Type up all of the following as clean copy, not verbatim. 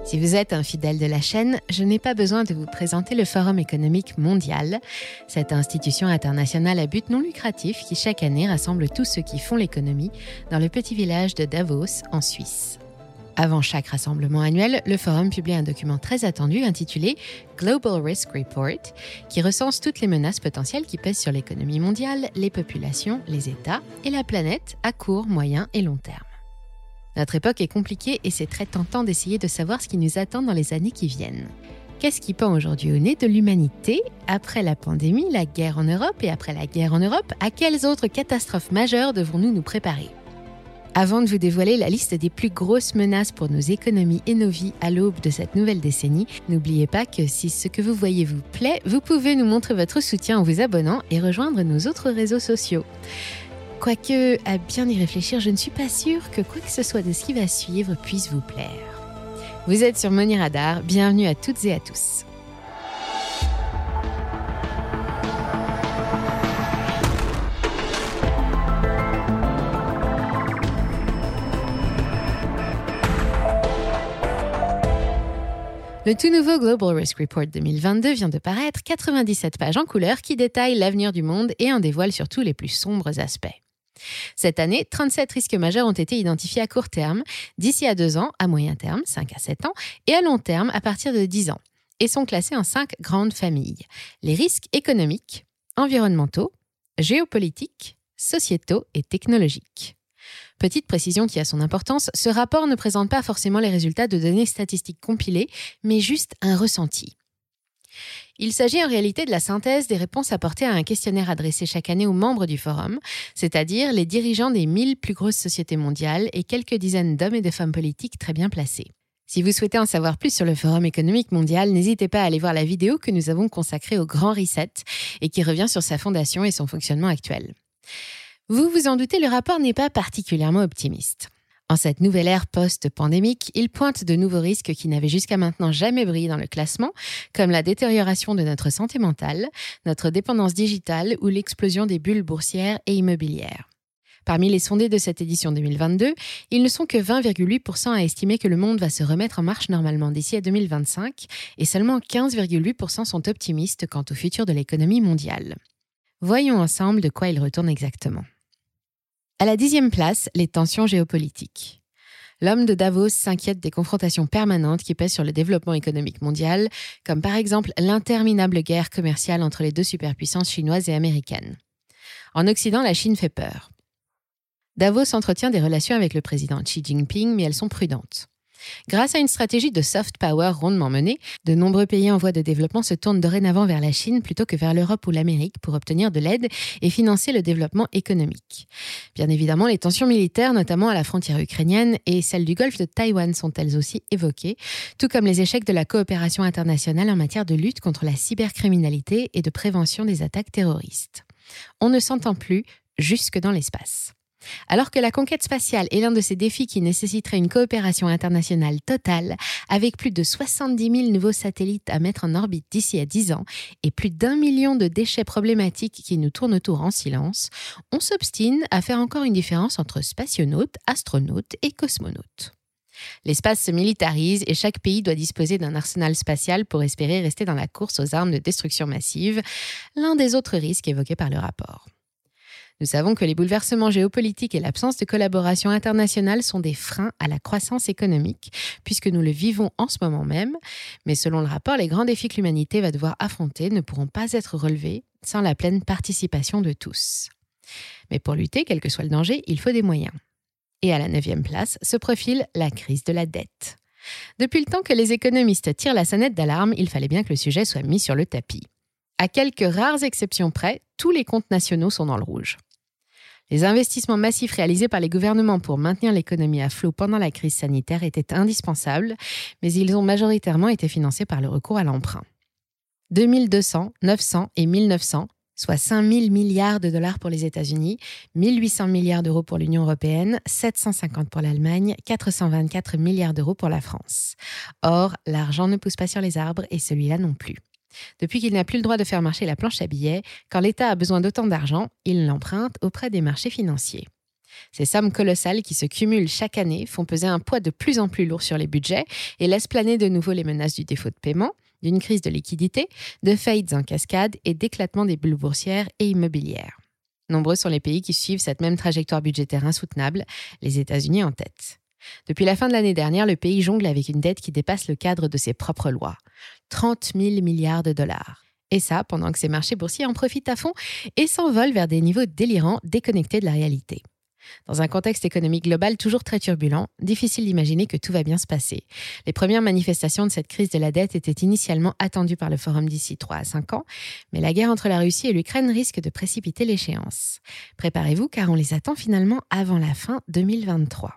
Si vous êtes un fidèle de la chaîne, je n'ai pas besoin de vous présenter le Forum économique mondial, cette institution internationale à but non lucratif qui chaque année rassemble tous ceux qui font l'économie dans le petit village de Davos, en Suisse. Avant chaque rassemblement annuel, le Forum publie un document très attendu intitulé Global Risk Report, qui recense toutes les menaces potentielles qui pèsent sur l'économie mondiale, les populations, les États et la planète à court, moyen et long terme. Notre époque est compliquée et c'est très tentant d'essayer de savoir ce qui nous attend dans les années qui viennent. Qu'est-ce qui pend aujourd'hui au nez de l'humanité? Après la pandémie, la guerre en Europe et après la guerre en Europe, à quelles autres catastrophes majeures devons-nous nous préparer? Avant de vous dévoiler la liste des plus grosses menaces pour nos économies et nos vies à l'aube de cette nouvelle décennie, n'oubliez pas que si ce que vous voyez vous plaît, vous pouvez nous montrer votre soutien en vous abonnant et rejoindre nos autres réseaux sociaux. Quoique, à bien y réfléchir, je ne suis pas sûre que quoi que ce soit de ce qui va suivre puisse vous plaire. Vous êtes sur Money Radar, bienvenue à toutes et à tous. Le tout nouveau Global Risk Report 2022 vient de paraître, 97 pages en couleur qui détaillent l'avenir du monde et en dévoilent surtout les plus sombres aspects. Cette année, 37 risques majeurs ont été identifiés à court terme, d'ici à 2 ans, à moyen terme, 5 à 7 ans, et à long terme, à partir de 10 ans, et sont classés en 5 grandes familles. Les risques économiques, environnementaux, géopolitiques, sociétaux et technologiques. Petite précision qui a son importance, ce rapport ne présente pas forcément les résultats de données statistiques compilées, mais juste un ressenti. Il s'agit en réalité de la synthèse des réponses apportées à un questionnaire adressé chaque année aux membres du Forum, c'est-à-dire les dirigeants des 1000 plus grosses sociétés mondiales et quelques dizaines d'hommes et de femmes politiques très bien placés. Si vous souhaitez en savoir plus sur le Forum économique mondial, n'hésitez pas à aller voir la vidéo que nous avons consacrée au Grand Reset et qui revient sur sa fondation et son fonctionnement actuel. Vous vous en doutez, le rapport n'est pas particulièrement optimiste. En cette nouvelle ère post-pandémique, il pointe de nouveaux risques qui n'avaient jusqu'à maintenant jamais brillé dans le classement, comme la détérioration de notre santé mentale, notre dépendance digitale ou l'explosion des bulles boursières et immobilières. Parmi les sondés de cette édition 2022, ils ne sont que 20,8% à estimer que le monde va se remettre en marche normalement d'ici à 2025 et seulement 15,8% sont optimistes quant au futur de l'économie mondiale. Voyons ensemble de quoi il retourne exactement. À la 10e place, les tensions géopolitiques. L'homme de Davos s'inquiète des confrontations permanentes qui pèsent sur le développement économique mondial, comme par exemple l'interminable guerre commerciale entre les deux superpuissances chinoises et américaines. En Occident, la Chine fait peur. Davos entretient des relations avec le président Xi Jinping, mais elles sont prudentes. Grâce à une stratégie de soft power rondement menée, de nombreux pays en voie de développement se tournent dorénavant vers la Chine plutôt que vers l'Europe ou l'Amérique pour obtenir de l'aide et financer le développement économique. Bien évidemment, les tensions militaires, notamment à la frontière ukrainienne et celles du golfe de Taïwan sont elles aussi évoquées, tout comme les échecs de la coopération internationale en matière de lutte contre la cybercriminalité et de prévention des attaques terroristes. On ne s'entend plus jusque dans l'espace. Alors que la conquête spatiale est l'un de ces défis qui nécessiterait une coopération internationale totale, avec plus de 70 000 nouveaux satellites à mettre en orbite d'ici à 10 ans et plus d'1 million de déchets problématiques qui nous tournent autour en silence, on s'obstine à faire encore une différence entre spationautes, astronautes et cosmonautes. L'espace se militarise et chaque pays doit disposer d'un arsenal spatial pour espérer rester dans la course aux armes de destruction massive, l'un des autres risques évoqués par le rapport. Nous savons que les bouleversements géopolitiques et l'absence de collaboration internationale sont des freins à la croissance économique, puisque nous le vivons en ce moment même. Mais selon le rapport, les grands défis que l'humanité va devoir affronter ne pourront pas être relevés sans la pleine participation de tous. Mais pour lutter, quel que soit le danger, il faut des moyens. Et à la 9e place se profile la crise de la dette. Depuis le temps que les économistes tirent la sonnette d'alarme, il fallait bien que le sujet soit mis sur le tapis. À quelques rares exceptions près, tous les comptes nationaux sont dans le rouge. Les investissements massifs réalisés par les gouvernements pour maintenir l'économie à flot pendant la crise sanitaire étaient indispensables, mais ils ont majoritairement été financés par le recours à l'emprunt. 2200, 900 et 1900, soit 5 000 milliards de dollars pour les États-Unis, 1 800 milliards d'euros pour l'Union européenne, 750 pour l'Allemagne, 424 milliards d'euros pour la France. Or, l'argent ne pousse pas sur les arbres et celui-là non plus. Depuis qu'il n'a plus le droit de faire marcher la planche à billets, quand l'État a besoin d'autant d'argent, il l'emprunte auprès des marchés financiers. Ces sommes colossales qui se cumulent chaque année font peser un poids de plus en plus lourd sur les budgets et laissent planer de nouveau les menaces du défaut de paiement, d'une crise de liquidité, de faillites en cascade et d'éclatement des bulles boursières et immobilières. Nombreux sont les pays qui suivent cette même trajectoire budgétaire insoutenable, les États-Unis en tête. Depuis la fin de l'année dernière, le pays jongle avec une dette qui dépasse le cadre de ses propres lois. 30 000 milliards de dollars. Et ça, pendant que ces marchés boursiers en profitent à fond et s'envolent vers des niveaux délirants, déconnectés de la réalité. Dans un contexte économique global toujours très turbulent, difficile d'imaginer que tout va bien se passer. Les premières manifestations de cette crise de la dette étaient initialement attendues par le Forum d'ici 3 à 5 ans, mais la guerre entre la Russie et l'Ukraine risque de précipiter l'échéance. Préparez-vous car on les attend finalement avant la fin 2023.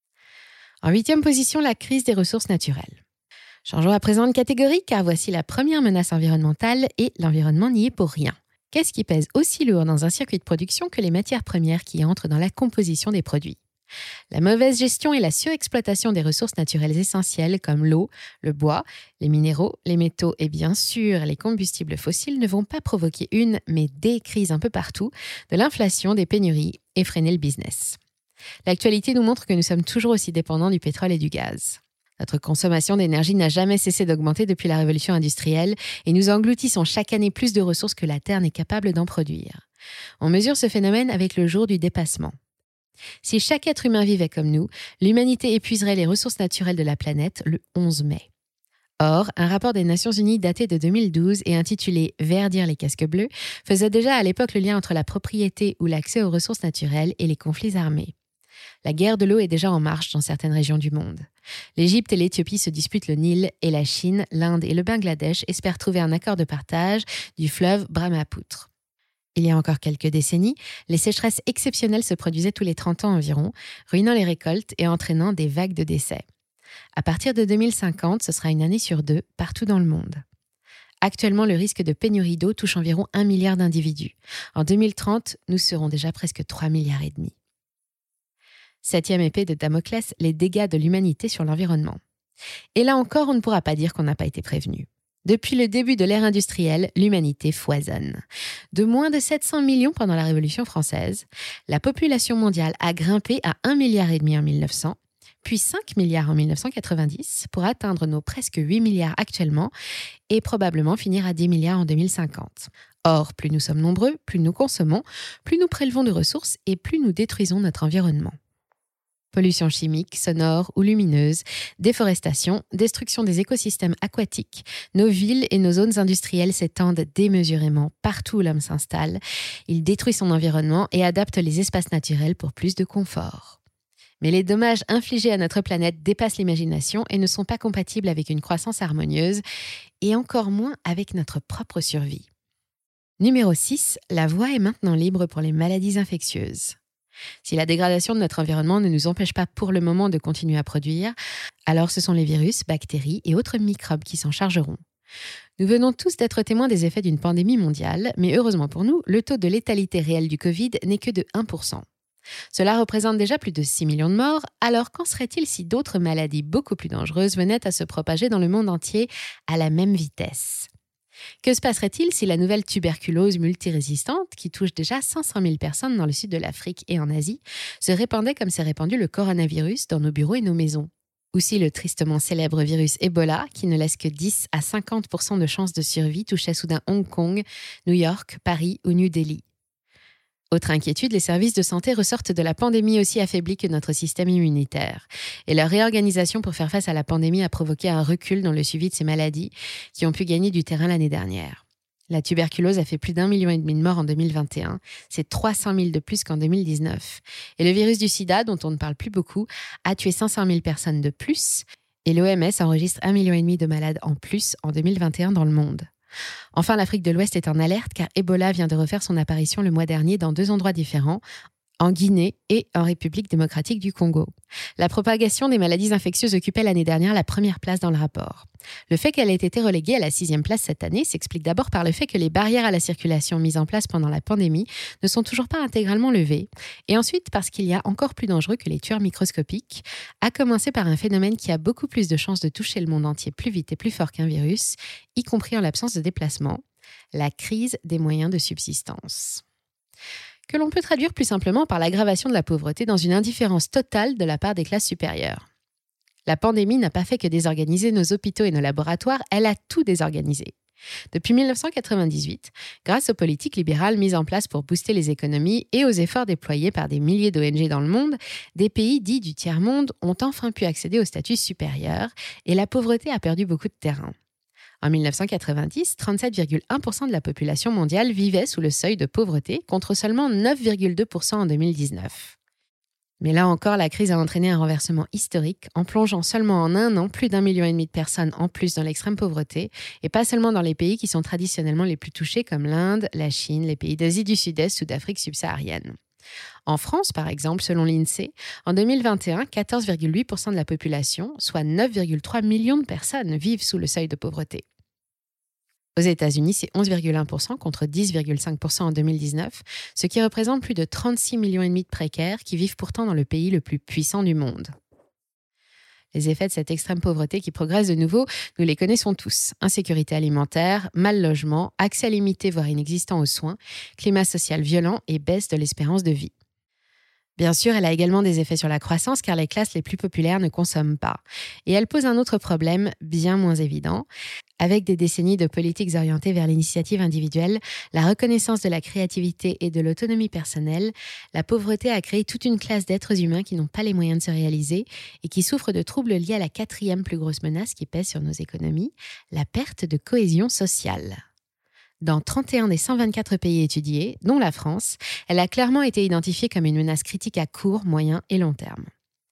En 8e position, la crise des ressources naturelles. Changeons à présent de catégorie car voici la première menace environnementale et l'environnement n'y est pour rien. Qu'est-ce qui pèse aussi lourd dans un circuit de production que les matières premières qui entrent dans la composition des produits ? La mauvaise gestion et la surexploitation des ressources naturelles essentielles comme l'eau, le bois, les minéraux, les métaux et bien sûr les combustibles fossiles ne vont pas provoquer une, mais des crises un peu partout, de l'inflation, des pénuries et freiner le business. L'actualité nous montre que nous sommes toujours aussi dépendants du pétrole et du gaz. Notre consommation d'énergie n'a jamais cessé d'augmenter depuis la révolution industrielle et nous engloutissons chaque année plus de ressources que la Terre n'est capable d'en produire. On mesure ce phénomène avec le jour du dépassement. Si chaque être humain vivait comme nous, l'humanité épuiserait les ressources naturelles de la planète le 11 mai. Or, un rapport des Nations Unies daté de 2012 et intitulé « Verdir les casques bleus » faisait déjà à l'époque le lien entre la propriété ou l'accès aux ressources naturelles et les conflits armés. La guerre de l'eau est déjà en marche dans certaines régions du monde. L'Égypte et l'Éthiopie se disputent le Nil et la Chine, l'Inde et le Bangladesh espèrent trouver un accord de partage du fleuve Brahmapoutre. Il y a encore quelques décennies, les sécheresses exceptionnelles se produisaient tous les 30 ans environ, ruinant les récoltes et entraînant des vagues de décès. À partir de 2050, ce sera une année sur 2 partout dans le monde. Actuellement, le risque de pénurie d'eau touche environ 1 milliard d'individus. En 2030, nous serons déjà presque 3,5 milliards. 7e épée de Damoclès, les dégâts de l'humanité sur l'environnement. Et là encore, on ne pourra pas dire qu'on n'a pas été prévenu. Depuis le début de l'ère industrielle, l'humanité foisonne. De moins de 700 millions pendant la Révolution française, la population mondiale a grimpé à 1,5 milliard en 1900, puis 5 milliards en 1990, pour atteindre nos presque 8 milliards actuellement et probablement finir à 10 milliards en 2050. Or, plus nous sommes nombreux, plus nous consommons, plus nous prélevons de ressources et plus nous détruisons notre environnement. Pollution chimique, sonore ou lumineuse, déforestation, destruction des écosystèmes aquatiques, nos villes et nos zones industrielles s'étendent démesurément partout où l'homme s'installe. Il détruit son environnement et adapte les espaces naturels pour plus de confort. Mais les dommages infligés à notre planète dépassent l'imagination et ne sont pas compatibles avec une croissance harmonieuse et encore moins avec notre propre survie. Numéro 6, la voie est maintenant libre pour les maladies infectieuses. Si la dégradation de notre environnement ne nous empêche pas pour le moment de continuer à produire, alors ce sont les virus, bactéries et autres microbes qui s'en chargeront. Nous venons tous d'être témoins des effets d'une pandémie mondiale, mais heureusement pour nous, le taux de létalité réelle du Covid n'est que de 1%. Cela représente déjà plus de 6 millions de morts, alors qu'en serait-il si d'autres maladies beaucoup plus dangereuses venaient à se propager dans le monde entier à la même vitesse ? Que se passerait-il si la nouvelle tuberculose multirésistante, qui touche déjà 500 000 personnes dans le sud de l'Afrique et en Asie, se répandait comme s'est répandu le coronavirus dans nos bureaux et nos maisons ? Ou si le tristement célèbre virus Ebola, qui ne laisse que 10 à 50% de chances de survie, touchait soudain Hong Kong, New York, Paris ou New Delhi ? Autre inquiétude, les services de santé ressortent de la pandémie aussi affaiblis que notre système immunitaire. Et leur réorganisation pour faire face à la pandémie a provoqué un recul dans le suivi de ces maladies qui ont pu gagner du terrain l'année dernière. La tuberculose a fait plus d'1,5 million de morts en 2021. C'est 300 000 de plus qu'en 2019. Et le virus du sida, dont on ne parle plus beaucoup, a tué 500 000 personnes de plus. Et l'OMS enregistre 1,5 million de malades en plus en 2021 dans le monde. Enfin, l'Afrique de l'Ouest est en alerte car Ebola vient de refaire son apparition le mois dernier dans 2 endroits différents, en Guinée et en République démocratique du Congo. La propagation des maladies infectieuses occupait l'année dernière la première place dans le rapport. Le fait qu'elle ait été reléguée à la 6e place cette année s'explique d'abord par le fait que les barrières à la circulation mises en place pendant la pandémie ne sont toujours pas intégralement levées, et ensuite parce qu'il y a encore plus dangereux que les tueurs microscopiques, à commencer par un phénomène qui a beaucoup plus de chances de toucher le monde entier plus vite et plus fort qu'un virus, y compris en l'absence de déplacement, la crise des moyens de subsistance. que l'on peut traduire plus simplement par l'aggravation de la pauvreté dans une indifférence totale de la part des classes supérieures. La pandémie n'a pas fait que désorganiser nos hôpitaux et nos laboratoires, elle a tout désorganisé. Depuis 1998, grâce aux politiques libérales mises en place pour booster les économies et aux efforts déployés par des milliers d'ONG dans le monde, des pays dits du tiers-monde ont enfin pu accéder au statut supérieur et la pauvreté a perdu beaucoup de terrain. En 1990, 37,1% de la population mondiale vivait sous le seuil de pauvreté contre seulement 9,2% en 2019. Mais là encore, la crise a entraîné un renversement historique en plongeant seulement en un an plus d'1,5 million de personnes en plus dans l'extrême pauvreté, et pas seulement dans les pays qui sont traditionnellement les plus touchés comme l'Inde, la Chine, les pays d'Asie du Sud-Est ou d'Afrique subsaharienne. En France, par exemple, selon l'INSEE, en 2021, 14,8% de la population, soit 9,3 millions de personnes, vivent sous le seuil de pauvreté. Aux États-Unis, c'est 11,1% contre 10,5% en 2019, ce qui représente plus de 36,5 millions de précaires qui vivent pourtant dans le pays le plus puissant du monde. Les effets de cette extrême pauvreté qui progresse de nouveau, nous les connaissons tous. Insécurité alimentaire, mal logement, accès limité voire inexistant aux soins, climat social violent et baisse de l'espérance de vie. Bien sûr, elle a également des effets sur la croissance car les classes les plus populaires ne consomment pas. Et elle pose un autre problème bien moins évident. Avec des décennies de politiques orientées vers l'initiative individuelle, la reconnaissance de la créativité et de l'autonomie personnelle, la pauvreté a créé toute une classe d'êtres humains qui n'ont pas les moyens de se réaliser et qui souffrent de troubles liés à la 4e plus grosse menace qui pèse sur nos économies, la perte de cohésion sociale. Dans 31 des 124 pays étudiés, dont la France, elle a clairement été identifiée comme une menace critique à court, moyen et long terme.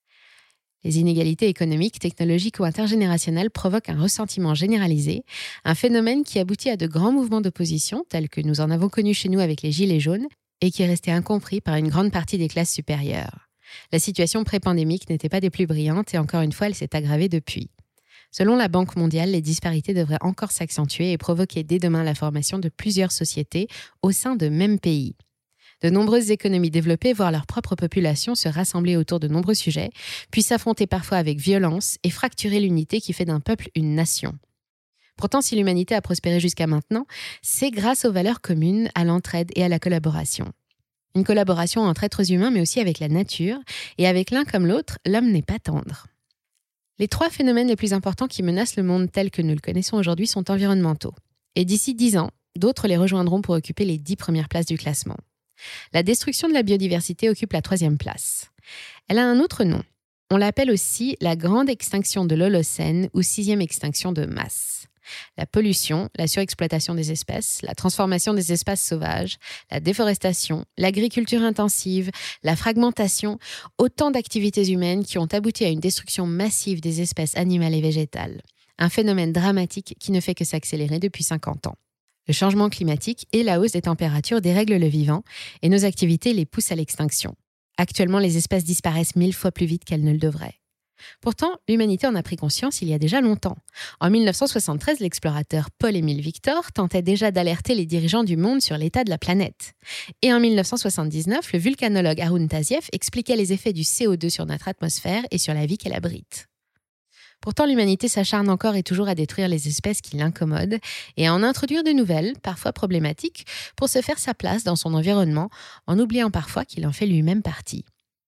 Les inégalités économiques, technologiques ou intergénérationnelles provoquent un ressentiment généralisé, un phénomène qui aboutit à de grands mouvements d'opposition, tels que nous en avons connus chez nous avec les Gilets jaunes, et qui est resté incompris par une grande partie des classes supérieures. La situation pré-pandémique n'était pas des plus brillantes et encore une fois, elle s'est aggravée depuis. Selon la Banque mondiale, les disparités devraient encore s'accentuer et provoquer dès demain la formation de plusieurs sociétés au sein de mêmes pays. De nombreuses économies développées voient leur propre population se rassembler autour de nombreux sujets, puis s'affronter parfois avec violence et fracturer l'unité qui fait d'un peuple une nation. Pourtant, si l'humanité a prospéré jusqu'à maintenant, c'est grâce aux valeurs communes, à l'entraide et à la collaboration. Une collaboration entre êtres humains, mais aussi avec la nature, et avec l'un comme l'autre, l'homme n'est pas tendre. Les 3 phénomènes les plus importants qui menacent le monde tel que nous le connaissons aujourd'hui sont environnementaux. Et d'ici 10 ans, d'autres les rejoindront pour occuper les 10 premières places du classement. La destruction de la biodiversité occupe la 3e place. Elle a un autre nom. On l'appelle aussi la grande extinction de l'Holocène ou 6e extinction de masse. La pollution, la surexploitation des espèces, la transformation des espaces sauvages, la déforestation, l'agriculture intensive, la fragmentation, autant d'activités humaines qui ont abouti à une destruction massive des espèces animales et végétales. Un phénomène dramatique qui ne fait que s'accélérer depuis 50 ans. Le changement climatique et la hausse des températures dérèglent le vivant et nos activités les poussent à l'extinction. Actuellement, les espèces disparaissent 1000 fois plus vite qu'elles ne le devraient. Pourtant, l'humanité en a pris conscience il y a déjà longtemps. En 1973, l'explorateur Paul-Émile Victor tentait déjà d'alerter les dirigeants du monde sur l'état de la planète. Et en 1979, le volcanologue Haroun Tazieff expliquait les effets du CO2 sur notre atmosphère et sur la vie qu'elle abrite. Pourtant, l'humanité s'acharne encore et toujours à détruire les espèces qui l'incommodent et à en introduire de nouvelles, parfois problématiques, pour se faire sa place dans son environnement, en oubliant parfois qu'il en fait lui-même partie.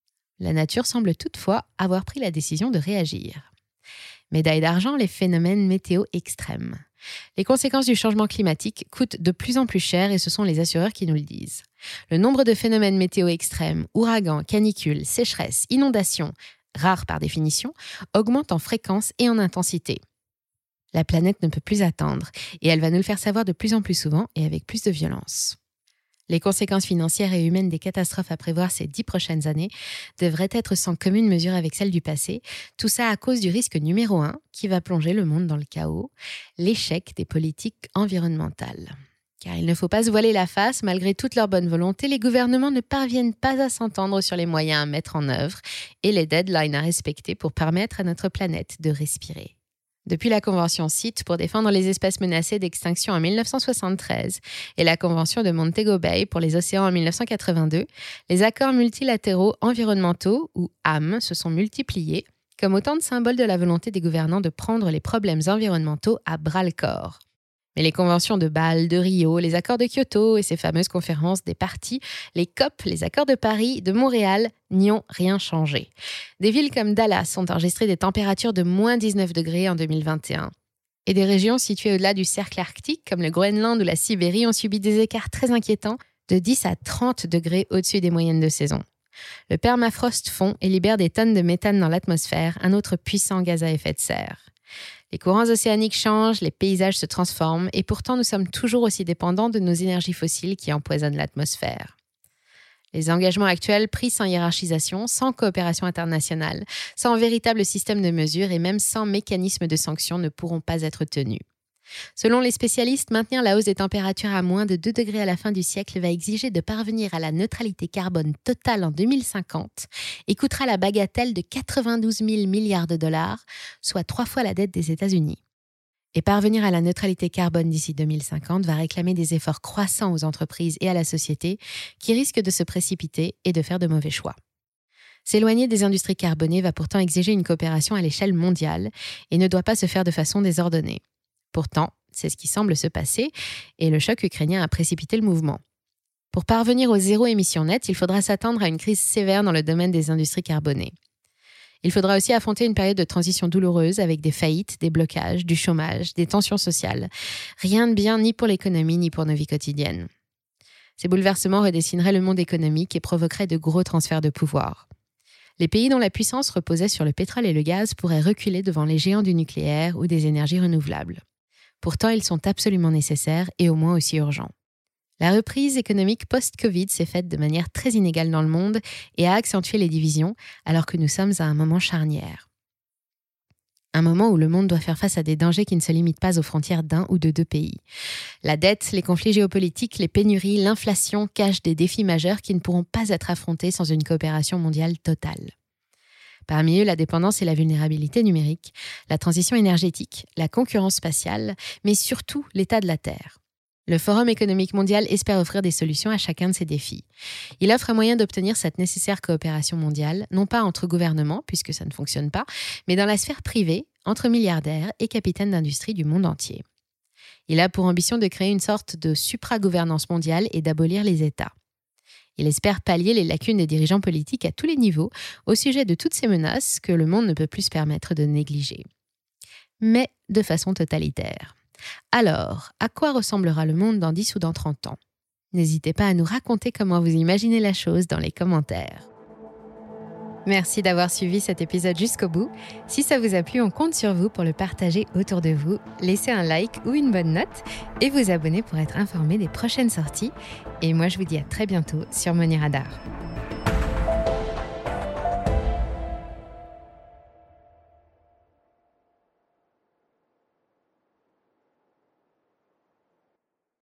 La nature semble toutefois avoir pris la décision de réagir. Médaille d'argent, les phénomènes météo extrêmes. Les conséquences du changement climatique coûtent de plus en plus cher et ce sont les assureurs qui nous le disent. Le nombre de phénomènes météo extrêmes, ouragans, canicules, sécheresses, inondations, rares par définition, augmente en fréquence et en intensité. La planète ne peut plus attendre et elle va nous le faire savoir de plus en plus souvent et avec plus de violence. Les conséquences financières et humaines des catastrophes à prévoir ces 10 prochaines années devraient être sans commune mesure avec celles du passé, tout ça à cause du risque numéro 1 qui va plonger le monde dans le chaos, l'échec des politiques environnementales. Car il ne faut pas se voiler la face, malgré toute leur bonne volonté, les gouvernements ne parviennent pas à s'entendre sur les moyens à mettre en œuvre et les deadlines à respecter pour permettre à notre planète de respirer. Depuis la Convention CITES pour défendre les espèces menacées d'extinction en 1973 et la Convention de Montego Bay pour les océans en 1982, les accords multilatéraux environnementaux, ou AM, se sont multipliés comme autant de symboles de la volonté des gouvernants de prendre les problèmes environnementaux à bras-le-corps. Mais les conventions de Bâle, de Rio, les accords de Kyoto et ces fameuses conférences des parties, les COP, les accords de Paris, de Montréal, n'y ont rien changé. Des villes comme Dallas ont enregistré des températures de moins 19 degrés en 2021. Et des régions situées au-delà du cercle arctique, comme le Groenland ou la Sibérie, ont subi des écarts très inquiétants de 10 à 30 degrés au-dessus des moyennes de saison. Le permafrost fond et libère des tonnes de méthane dans l'atmosphère, un autre puissant gaz à effet de serre. Les courants océaniques changent, les paysages se transforment et pourtant nous sommes toujours aussi dépendants de nos énergies fossiles qui empoisonnent l'atmosphère. Les engagements actuels pris sans hiérarchisation, sans coopération internationale, sans véritable système de mesure et même sans mécanisme de sanction ne pourront pas être tenus. Selon les spécialistes, maintenir la hausse des températures à moins de 2 degrés à la fin du siècle va exiger de parvenir à la neutralité carbone totale en 2050 et coûtera la bagatelle de 92 000 milliards de dollars, soit 3 fois la dette des États-Unis. Et parvenir à la neutralité carbone d'ici 2050 va réclamer des efforts croissants aux entreprises et à la société qui risquent de se précipiter et de faire de mauvais choix. S'éloigner des industries carbonées va pourtant exiger une coopération à l'échelle mondiale et ne doit pas se faire de façon désordonnée. Pourtant, c'est ce qui semble se passer et le choc ukrainien a précipité le mouvement. Pour parvenir au zéro émission nette, il faudra s'attendre à une crise sévère dans le domaine des industries carbonées. Il faudra aussi affronter une période de transition douloureuse avec des faillites, des blocages, du chômage, des tensions sociales. Rien de bien ni pour l'économie ni pour nos vies quotidiennes. Ces bouleversements redessineraient le monde économique et provoqueraient de gros transferts de pouvoir. Les pays dont la puissance reposait sur le pétrole et le gaz pourraient reculer devant les géants du nucléaire ou des énergies renouvelables. Pourtant, ils sont absolument nécessaires et au moins aussi urgents. La reprise économique post-Covid s'est faite de manière très inégale dans le monde et a accentué les divisions alors que nous sommes à un moment charnière. Un moment où le monde doit faire face à des dangers qui ne se limitent pas aux frontières d'un ou de deux pays. La dette, les conflits géopolitiques, les pénuries, l'inflation cachent des défis majeurs qui ne pourront pas être affrontés sans une coopération mondiale totale. Parmi eux, la dépendance et la vulnérabilité numérique, la transition énergétique, la concurrence spatiale, mais surtout l'état de la Terre. Le Forum économique mondial espère offrir des solutions à chacun de ces défis. Il offre un moyen d'obtenir cette nécessaire coopération mondiale, non pas entre gouvernements, puisque ça ne fonctionne pas, mais dans la sphère privée, entre milliardaires et capitaines d'industrie du monde entier. Il a pour ambition de créer une sorte de supra-gouvernance mondiale et d'abolir les États. Il espère pallier les lacunes des dirigeants politiques à tous les niveaux au sujet de toutes ces menaces que le monde ne peut plus se permettre de négliger. Mais de façon totalitaire. Alors, à quoi ressemblera le monde dans 10 ou dans 30 ans ? N'hésitez pas à nous raconter comment vous imaginez la chose dans les commentaires. Merci d'avoir suivi cet épisode jusqu'au bout. Si ça vous a plu, on compte sur vous pour le partager autour de vous. Laissez un like ou une bonne note et vous abonner pour être informé des prochaines sorties. Et moi, je vous dis à très bientôt sur Money Radar.